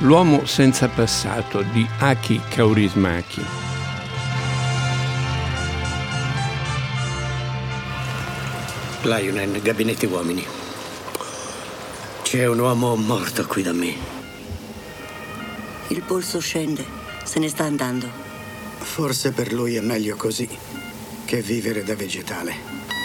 L'uomo senza passato di Aki Kaurismäki. Lionel, gabinetto uomini. C'è un uomo morto qui da me. Il polso scende, se ne sta andando. Forse per lui è meglio così che vivere da vegetale.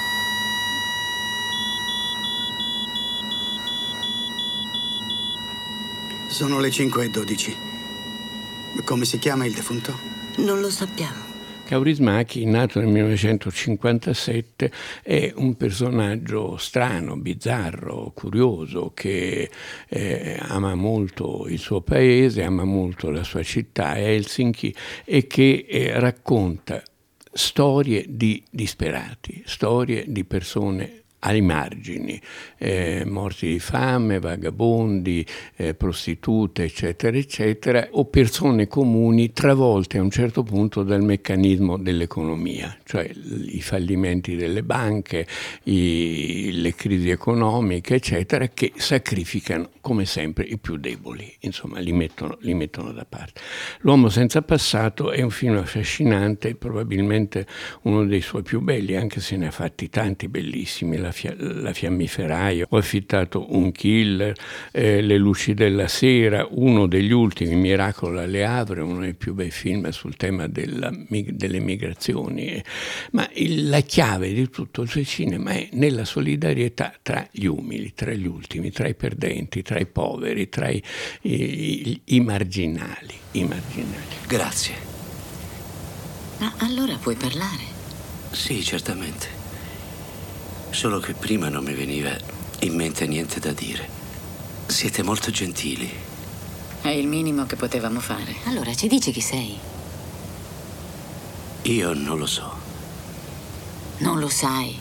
Sono le 5:12. Come si chiama il defunto? Non lo sappiamo. Kaurismäki, nato nel 1957, è un personaggio strano, bizzarro, curioso, che ama molto il suo paese, ama molto la sua città, Helsinki, e che racconta storie di disperati, storie di persone ai margini, morti di fame, vagabondi, prostitute, eccetera, eccetera, o persone comuni travolte a un certo punto dal meccanismo dell'economia, cioè i fallimenti delle banche, le crisi economiche, eccetera, che sacrificano come sempre i più deboli, insomma li mettono da parte. L'uomo senza passato è un film affascinante, probabilmente uno dei suoi più belli, anche se ne ha fatti tanti bellissimi. La fiammiferaio, Ho affittato un killer, Le luci della sera, uno degli ultimi, Miracolo alle Havre, uno dei più bei film sul tema delle migrazioni. Ma la chiave di tutto il suo cinema è nella solidarietà tra gli umili, tra gli ultimi, tra i perdenti, tra i poveri, tra i marginali. Grazie. Ma allora puoi parlare? Sì, certamente. Solo che prima non mi veniva in mente niente da dire. Siete molto gentili. È il minimo che potevamo fare. Allora ci dici chi sei? Io non lo so. Non lo sai.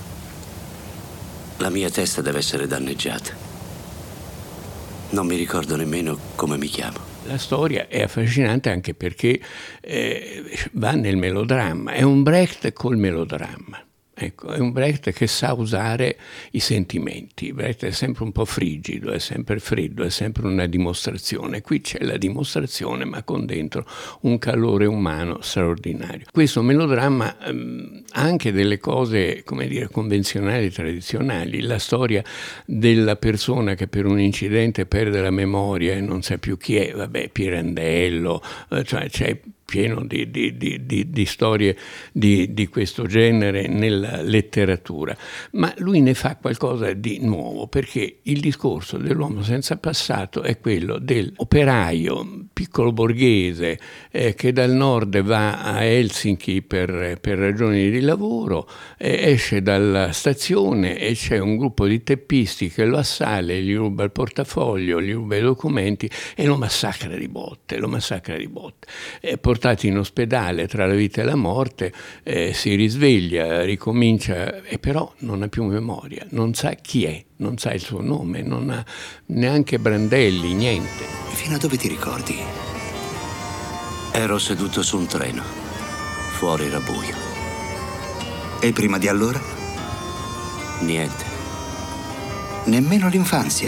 La mia testa deve essere danneggiata. Non mi ricordo nemmeno come mi chiamo. La storia è affascinante anche perché va nel melodramma. È un Brecht col melodramma. Ecco, è un Brecht che sa usare i sentimenti. Brecht è sempre un po' frigido, è sempre freddo, è sempre una dimostrazione. Qui c'è la dimostrazione, ma con dentro un calore umano straordinario. Questo melodramma ha anche delle cose, come dire, convenzionali, tradizionali. La storia della persona che per un incidente perde la memoria e non sa più chi è, vabbè, Pirandello, cioè c'è pieno di storie di questo genere nella letteratura, ma lui ne fa qualcosa di nuovo, perché il discorso dell'uomo senza passato è quello dell'operaio piccolo borghese che dal nord va a Helsinki per ragioni di lavoro, esce dalla stazione e c'è un gruppo di teppisti che lo assale, gli ruba il portafoglio, gli ruba i documenti e lo massacra di botte. Portati in ospedale tra la vita e la morte, si risveglia, ricomincia, e però non ha più memoria, non sa chi è, non sa il suo nome, non ha neanche brandelli, niente. Fino a dove ti ricordi? Ero seduto su un treno. Fuori era buio. E prima di allora? Niente. Nemmeno l'infanzia?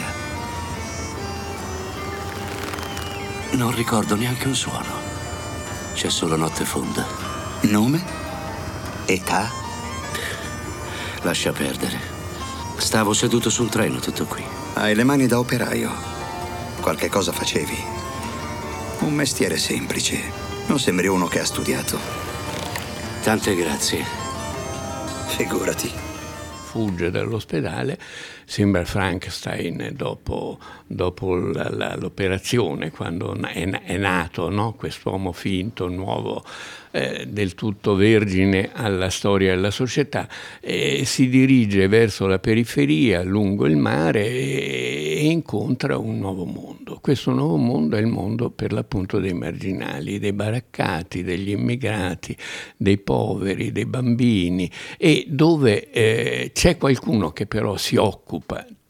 Non ricordo neanche un suono. C'è solo notte fonda. Nome? Età? Lascia perdere. Stavo seduto su un treno, tutto qui. Hai le mani da operaio. Qualche cosa facevi. Un mestiere semplice. Non sembri uno che ha studiato. Tante grazie. Figurati. Fugge dall'ospedale, sembra Frankenstein dopo l'operazione, quando è nato, no? Quest'uomo finto, nuovo, del tutto vergine alla storia e alla società, si dirige verso la periferia, lungo il mare, e incontra un nuovo mondo. Questo nuovo mondo è il mondo per l'appunto dei marginali, dei baraccati, degli immigrati, dei poveri, dei bambini, e dove c'è qualcuno che però si occupa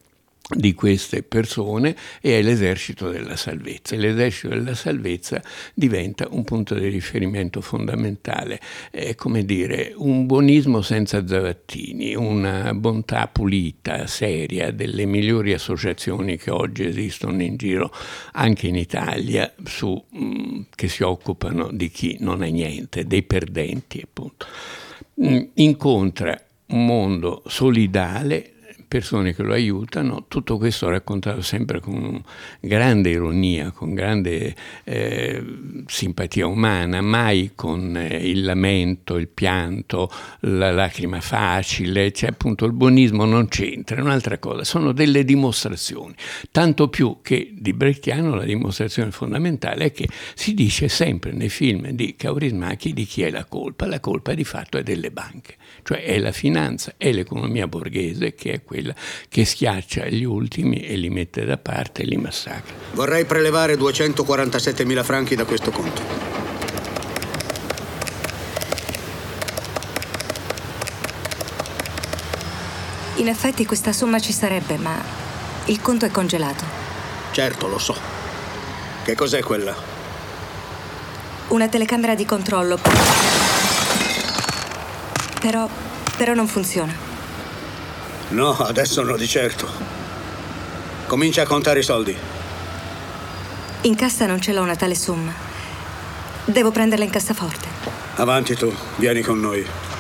di queste persone e è l'esercito della salvezza. L'esercito della salvezza diventa un punto di riferimento fondamentale, è come dire un buonismo senza zavattini, una bontà pulita, seria, delle migliori associazioni che oggi esistono in giro anche in Italia che si occupano di chi non ha niente, dei perdenti appunto. Incontra un mondo solidale, persone che lo aiutano, tutto questo raccontato sempre con grande ironia, con grande simpatia umana, mai con il lamento, il pianto, la lacrima facile, cioè appunto il buonismo non c'entra, è un'altra cosa, sono delle dimostrazioni, tanto più che di Brechtiano la dimostrazione fondamentale è che si dice sempre nei film di Kaurismäki di chi è la colpa di fatto è delle banche, cioè è la finanza, è l'economia borghese che è quella che schiaccia gli ultimi e li mette da parte e li massacra. Vorrei prelevare 247.000 franchi da questo conto. In effetti questa somma ci sarebbe, ma il conto è congelato. Certo, lo so. Che cos'è quella? Una telecamera di controllo. Però non funziona. No, adesso no di certo. Comincia a contare i soldi. In cassa non ce l'ho una tale somma. Devo prenderla in cassaforte. Avanti tu, vieni con noi.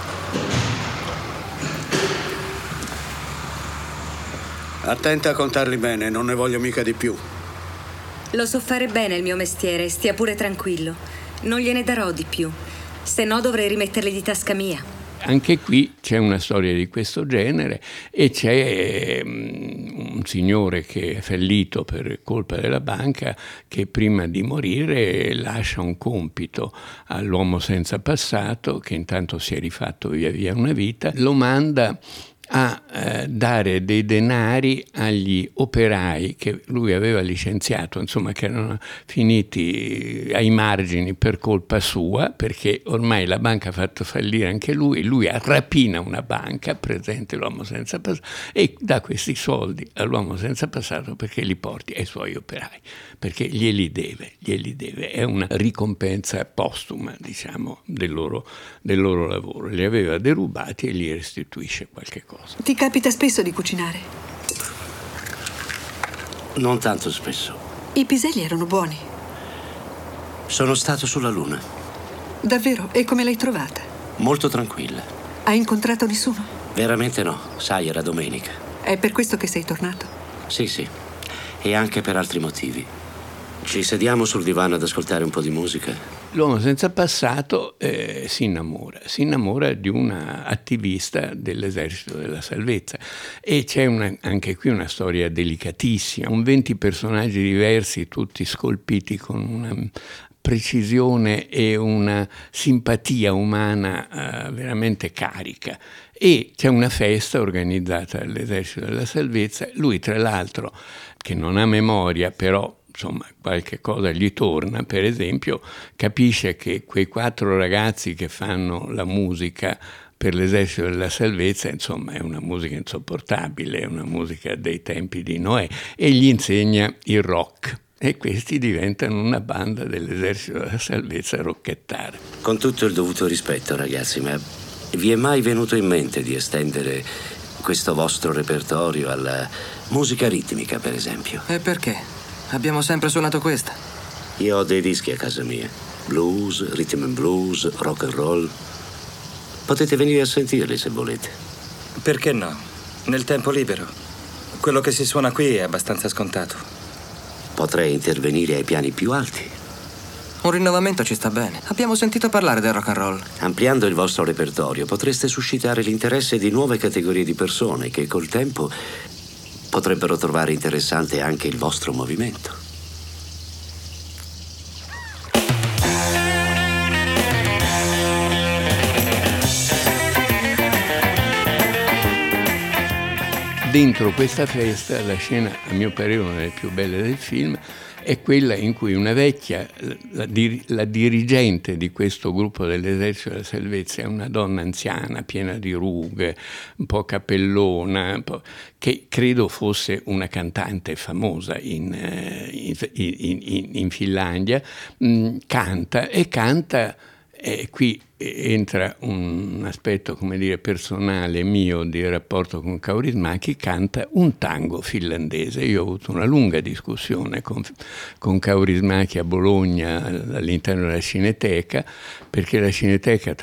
Attenta a contarli bene, non ne voglio mica di più. Lo so fare bene il mio mestiere, stia pure tranquillo. Non gliene darò di più, se no dovrei rimetterli di tasca mia. Anche qui c'è una storia di questo genere e c'è un signore che è fallito per colpa della banca che prima di morire lascia un compito all'uomo senza passato che intanto si è rifatto via via una vita, lo manda a dare dei denari agli operai che lui aveva licenziato, insomma che erano finiti ai margini per colpa sua, perché ormai la banca ha fatto fallire anche lui rapina una banca, presente l'uomo senza passato, e dà questi soldi all'uomo senza passato perché li porti ai suoi operai, perché glieli deve, è una ricompensa postuma, diciamo, del loro lavoro, li aveva derubati e gli restituisce qualche cosa. Ti capita spesso di cucinare? Non tanto spesso. I piselli erano buoni. Sono stato sulla Luna. Davvero? E come l'hai trovata? Molto tranquilla. Hai incontrato nessuno? Veramente no. Sai, era domenica. È per questo che sei tornato? Sì. E anche per altri motivi. Ci sediamo sul divano ad ascoltare un po' di musica. L'uomo senza passato si innamora di una attivista dell'esercito della salvezza e c'è anche qui una storia delicatissima, 20 personaggi diversi, tutti scolpiti con una precisione e una simpatia umana veramente carica. E c'è una festa organizzata dall'esercito della salvezza, lui tra l'altro che non ha memoria però insomma qualche cosa gli torna, per esempio capisce che quei 4 ragazzi che fanno la musica per l'esercito della salvezza, insomma è una musica insopportabile, è una musica dei tempi di Noè e gli insegna il rock e questi diventano una banda dell'esercito della salvezza a rocchettare. Con tutto il dovuto rispetto ragazzi, ma vi è mai venuto in mente di estendere questo vostro repertorio alla musica ritmica per esempio? E perché? Abbiamo sempre suonato questa. Io ho dei dischi a casa mia. Blues, rhythm and blues, rock and roll. Potete venire a sentirli se volete. Perché no? Nel tempo libero. Quello che si suona qui è abbastanza scontato. Potrei intervenire ai piani più alti. Un rinnovamento ci sta bene. Abbiamo sentito parlare del rock and roll. Ampliando il vostro repertorio potreste suscitare l'interesse di nuove categorie di persone che col tempo potrebbero trovare interessante anche il vostro movimento. Dentro questa festa la scena, a mio parere una delle più belle del film, è quella in cui una vecchia, la dirigente di questo gruppo dell'esercito della salvezza, è una donna anziana, piena di rughe, un po' capellona, che credo fosse una cantante famosa in Finlandia, canta. Qui entra un aspetto, come dire, personale mio di rapporto con Kaurismäki, canta un tango finlandese. Io ho avuto una lunga discussione con Kaurismäki a Bologna all'interno della Cineteca, perché la Cineteca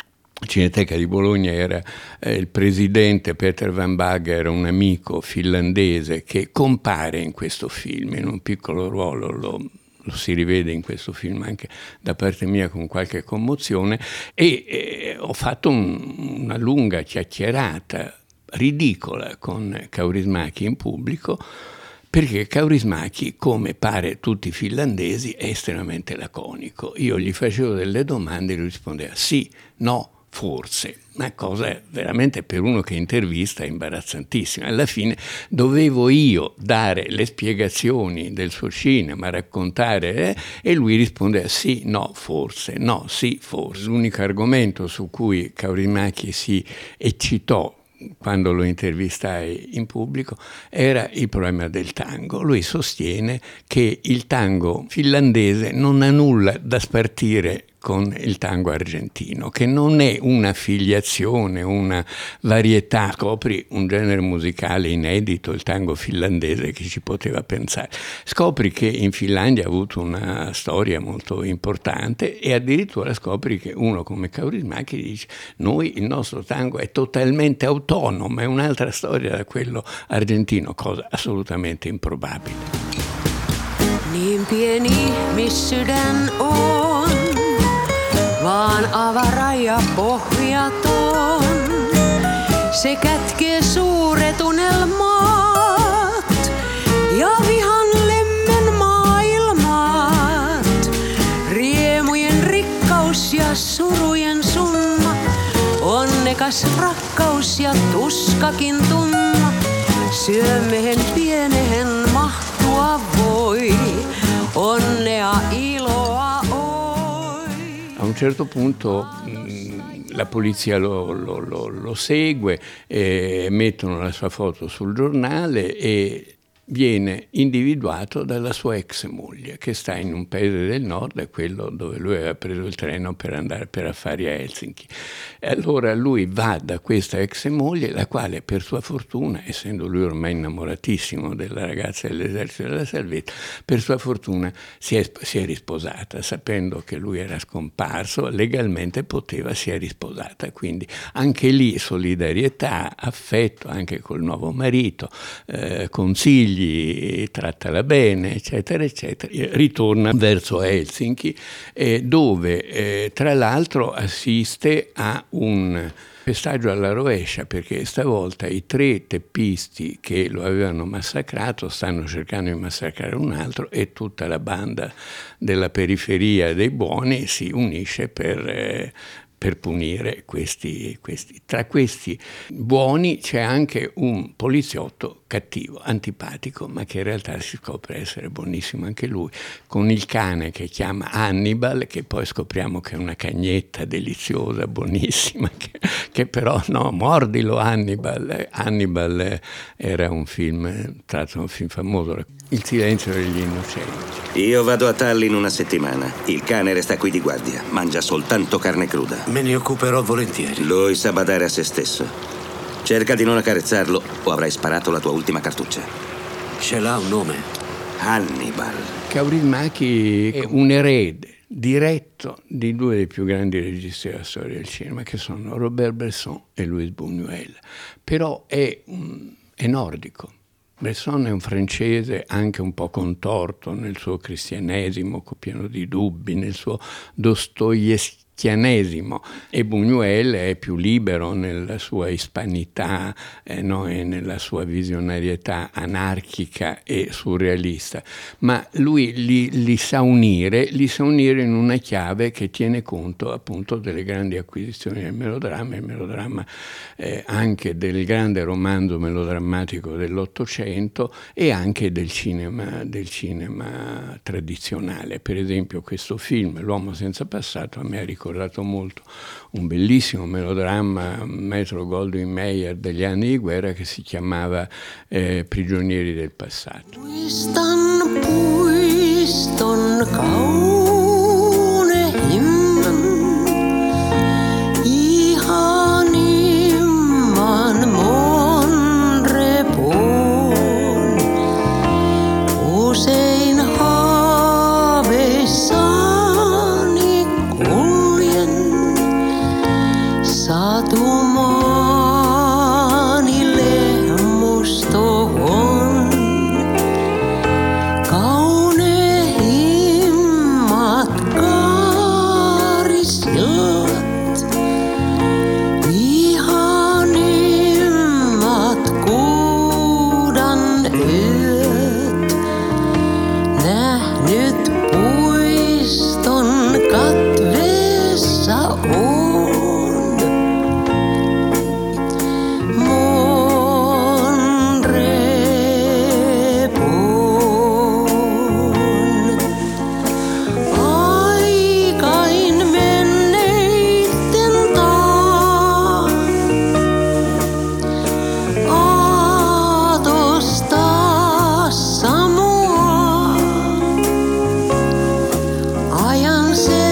di Bologna era il presidente Peter Van Bagge, era un amico finlandese che compare in questo film in un piccolo ruolo, lo si rivede in questo film anche da parte mia con qualche commozione, e ho fatto una lunga chiacchierata ridicola con Kaurismäki in pubblico, perché Kaurismäki, come pare tutti i finlandesi, è estremamente laconico. Io gli facevo delle domande e lui rispondeva sì, no, forse. Una cosa veramente, per uno che intervista, imbarazzantissima. Alla fine dovevo io dare le spiegazioni del suo cinema, raccontare, e lui rispondeva sì, no, forse, no, sì, forse. L'unico argomento su cui Kaurismäki si eccitò quando lo intervistai in pubblico era il problema del tango. Lui sostiene che il tango finlandese non ha nulla da spartire con il tango argentino, che non è una filiazione, una varietà. Scopri un genere musicale inedito, il tango finlandese, che ci poteva pensare. Scopri che in Finlandia ha avuto una storia molto importante, e addirittura scopri che uno come Kaurismäki dice: noi, il nostro tango è totalmente autonomo, è un'altra storia da quello argentino, cosa assolutamente improbabile. Niin pieni ihmissydän on, vaan avara ja pohjaton. Se kätkee suuret unelmat ja vihan lemmen maailmat. Riemujen rikkaus ja surujen summa, onnekas rakkaus ja tuskakin tumma. Syömmehen pienehen mahtua voi, onnea iloa oi. A un certo punto la polizia lo segue, mettono la sua foto sul giornale e viene individuato dalla sua ex moglie, che sta in un paese del nord, è quello dove lui aveva preso il treno per andare per affari a Helsinki. E allora lui va da questa ex moglie, la quale, per sua fortuna, essendo lui ormai innamoratissimo della ragazza dell'esercito della salvezza, per sua fortuna si è risposata, sapendo che lui era scomparso, legalmente si è risposata. Quindi anche lì solidarietà, affetto anche col nuovo marito, consigli, trattala bene, eccetera, eccetera. Ritorna verso Helsinki, dove tra l'altro assiste a un pestaggio alla rovescia, perché stavolta i 3 teppisti che lo avevano massacrato stanno cercando di massacrare un altro, e tutta la banda della periferia dei buoni si unisce per punire questi. Tra questi buoni c'è anche un poliziotto cattivo, antipatico, ma che in realtà si scopre essere buonissimo anche lui, con il cane che chiama Hannibal, che poi scopriamo che è una cagnetta deliziosa, buonissima, che però no, mordilo Hannibal. Hannibal era un film, tratto da un film famoso, Il silenzio degli innocenti. Io vado a Tallinn una settimana. Il cane resta qui di guardia, mangia soltanto carne cruda. Me ne occuperò volentieri. Lui sa badare a se stesso. Cerca di non accarezzarlo o avrai sparato la tua ultima cartuccia. Ce l'ha un nome? Hannibal. Kaurismäki è un erede diretto di 2 dei più grandi registi della storia del cinema, che sono Robert Bresson e Luis Buñuel. Però è nordico. Bresson è un francese anche un po' contorto nel suo cristianesimo, pieno di dubbi, nel suo Dostoevskismo cristianesimo, e Buñuel è più libero nella sua ispanità, no? E nella sua visionarietà anarchica e surrealista, ma lui li sa unire in una chiave che tiene conto appunto delle grandi acquisizioni del melodramma, il melodramma anche del grande romanzo melodrammatico dell'Ottocento e anche del cinema tradizionale. Per esempio questo film, L'uomo senza passato, a me ha ricordato molto un bellissimo melodramma Metro-Goldwyn-Mayer degli anni di guerra che si chiamava Prigionieri del passato. Puiston kaune himmen, ihanimman mon repon, usein haaveissani kuljen, satumaani lemmusto on. Ajan se